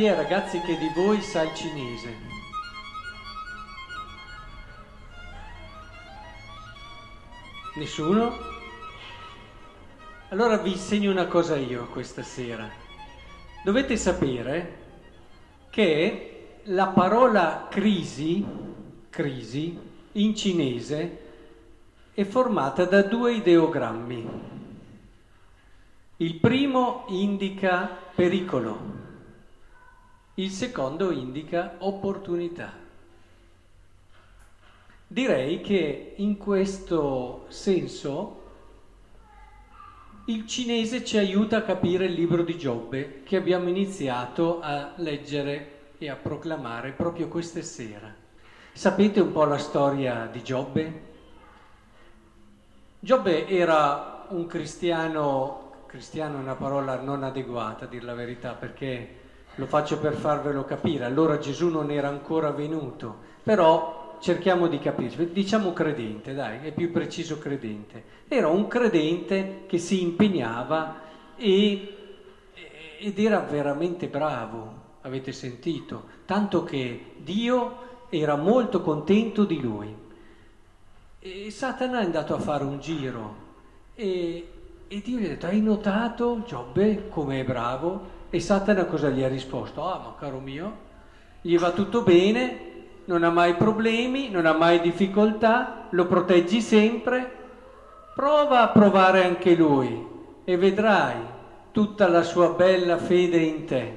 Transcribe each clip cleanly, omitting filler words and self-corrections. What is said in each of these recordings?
Chi è, ragazzi, che di voi sa il cinese? Nessuno? Allora vi insegno una cosa io questa sera. Dovete sapere che la parola crisi in cinese è formata da due ideogrammi. Il primo indica pericolo, il secondo indica opportunità. Direi che in questo senso il cinese ci aiuta a capire il libro di Giobbe che abbiamo iniziato a leggere e a proclamare proprio questa sera. Sapete un po' la storia di Giobbe? Giobbe era un cristiano è una parola non adeguata a dir la verità, perché lo faccio per farvelo capire, allora Gesù non era ancora venuto, però cerchiamo di capirci, diciamo credente, dai, è più preciso credente. Era un credente che si impegnava ed era veramente bravo, avete sentito, tanto che Dio era molto contento di lui. E Satana è andato a fare un giro e Dio gli ha detto: hai notato Giobbe come è bravo? E Satana cosa gli ha risposto? Ah, ma caro mio, gli va tutto bene, non ha mai problemi, non ha mai difficoltà, lo proteggi sempre, prova a provare anche lui e vedrai tutta la sua bella fede in te.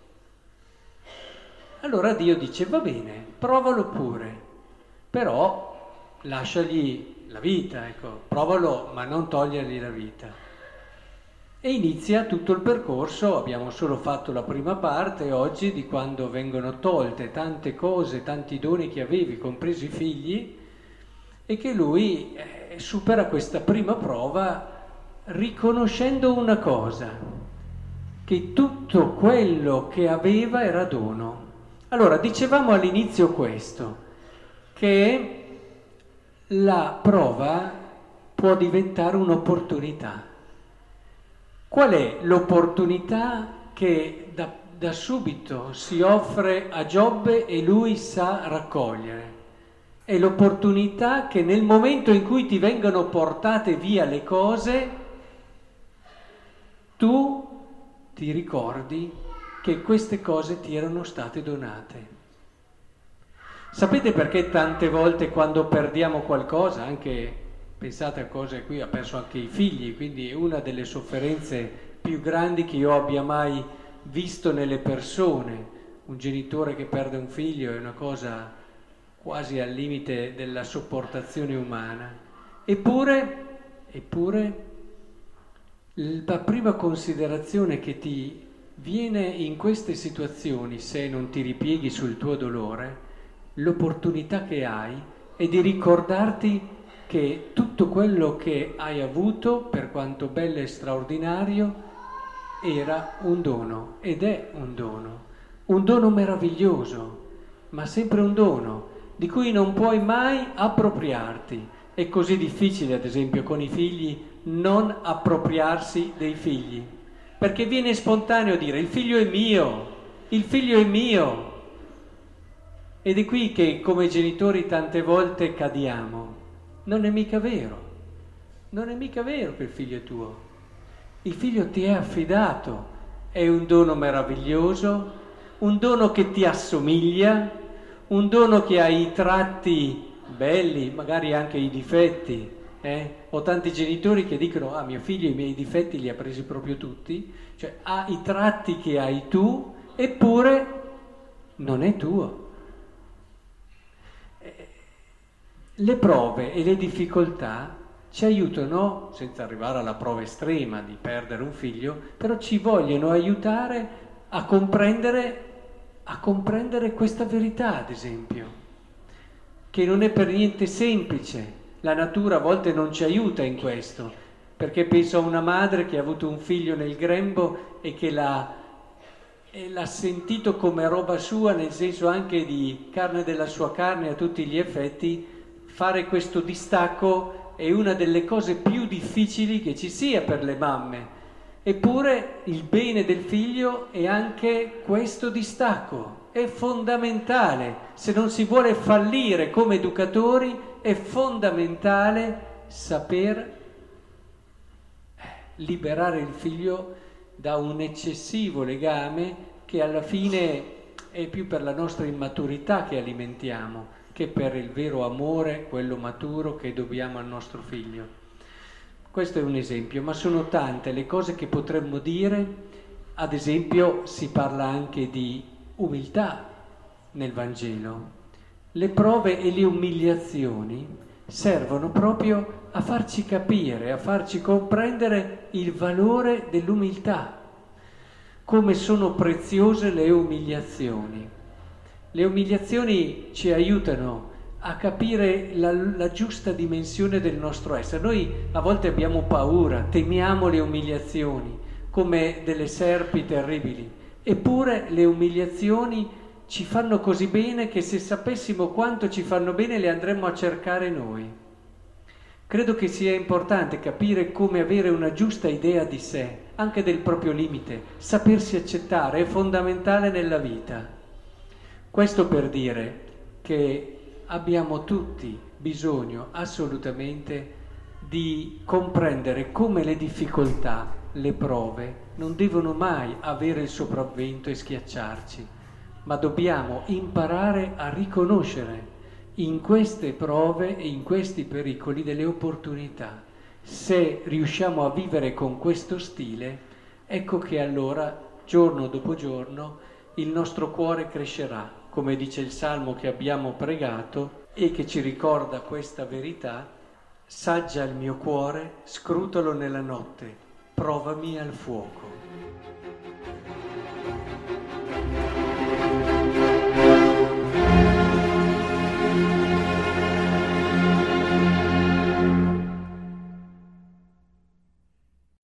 Allora Dio dice: va bene, provalo pure, però lasciagli la vita, ecco, provalo ma non togliergli la vita. E inizia tutto il percorso, abbiamo solo fatto la prima parte oggi, di quando vengono tolte tante cose, tanti doni che avevi, compresi i figli, e che lui supera questa prima prova riconoscendo una cosa, che tutto quello che aveva era dono. Allora, dicevamo all'inizio questo, che la prova può diventare un'opportunità. Qual è l'opportunità che da subito si offre a Giobbe e lui sa raccogliere? È l'opportunità che nel momento in cui ti vengono portate via le cose, tu ti ricordi che queste cose ti erano state donate. Sapete perché tante volte quando perdiamo qualcosa, anche pensate a cose qui, ha perso anche i figli, quindi è una delle sofferenze più grandi che io abbia mai visto nelle persone. Un genitore che perde un figlio è una cosa quasi al limite della sopportazione umana. Eppure, la prima considerazione che ti viene in queste situazioni, se non ti ripieghi sul tuo dolore, l'opportunità che hai è di ricordarti che tutto quello che hai avuto, per quanto bello e straordinario, era un dono ed è un dono meraviglioso, ma sempre un dono di cui non puoi mai appropriarti. È così difficile, ad esempio, con i figli non appropriarsi dei figli, perché viene spontaneo dire il figlio è mio. Ed è qui che come genitori tante volte cadiamo. Non è mica vero che il figlio è tuo. Il figlio ti è affidato, è un dono meraviglioso, un dono che ti assomiglia, un dono che ha i tratti belli, magari anche i difetti. Ho tanti genitori che dicono: ah, mio figlio i miei difetti li ha presi proprio tutti, cioè ha i tratti che hai tu, eppure non è tuo. Le prove e le difficoltà ci aiutano, senza arrivare alla prova estrema di perdere un figlio, però ci vogliono aiutare a comprendere questa verità, ad esempio, che non è per niente semplice. La natura a volte non ci aiuta in questo, perché penso a una madre che ha avuto un figlio nel grembo e che l'ha sentito come roba sua, nel senso anche di carne della sua carne a tutti gli effetti. Fare questo distacco è una delle cose più difficili che ci sia per le mamme, Eppure il bene del figlio è anche questo distacco, è fondamentale. Se non si vuole fallire come educatori, è fondamentale saper liberare il figlio da un eccessivo legame che alla fine è più per la nostra immaturità che alimentiamo, che per il vero amore, quello maturo che dobbiamo al nostro figlio. Questo è un esempio, ma sono tante le cose che potremmo dire. Ad esempio si parla anche di umiltà nel Vangelo. Le prove e le umiliazioni servono proprio a farci capire, a farci comprendere il valore dell'umiltà, come sono preziose le umiliazioni. Le umiliazioni ci aiutano a capire la giusta dimensione del nostro essere. Noi a volte abbiamo paura, temiamo le umiliazioni come delle serpi terribili, eppure le umiliazioni ci fanno così bene che se sapessimo quanto ci fanno bene le andremmo a cercare noi. Credo che sia importante capire come avere una giusta idea di sé, anche del proprio limite, sapersi accettare è fondamentale nella vita. Questo per dire che abbiamo tutti bisogno assolutamente di comprendere come le difficoltà, le prove, non devono mai avere il sopravvento e schiacciarci, ma dobbiamo imparare a riconoscere in queste prove e in questi pericoli delle opportunità. Se riusciamo a vivere con questo stile, ecco che allora, giorno dopo giorno, il nostro cuore crescerà, come dice il Salmo che abbiamo pregato e che ci ricorda questa verità: saggia il mio cuore, scrutalo nella notte, provami al fuoco.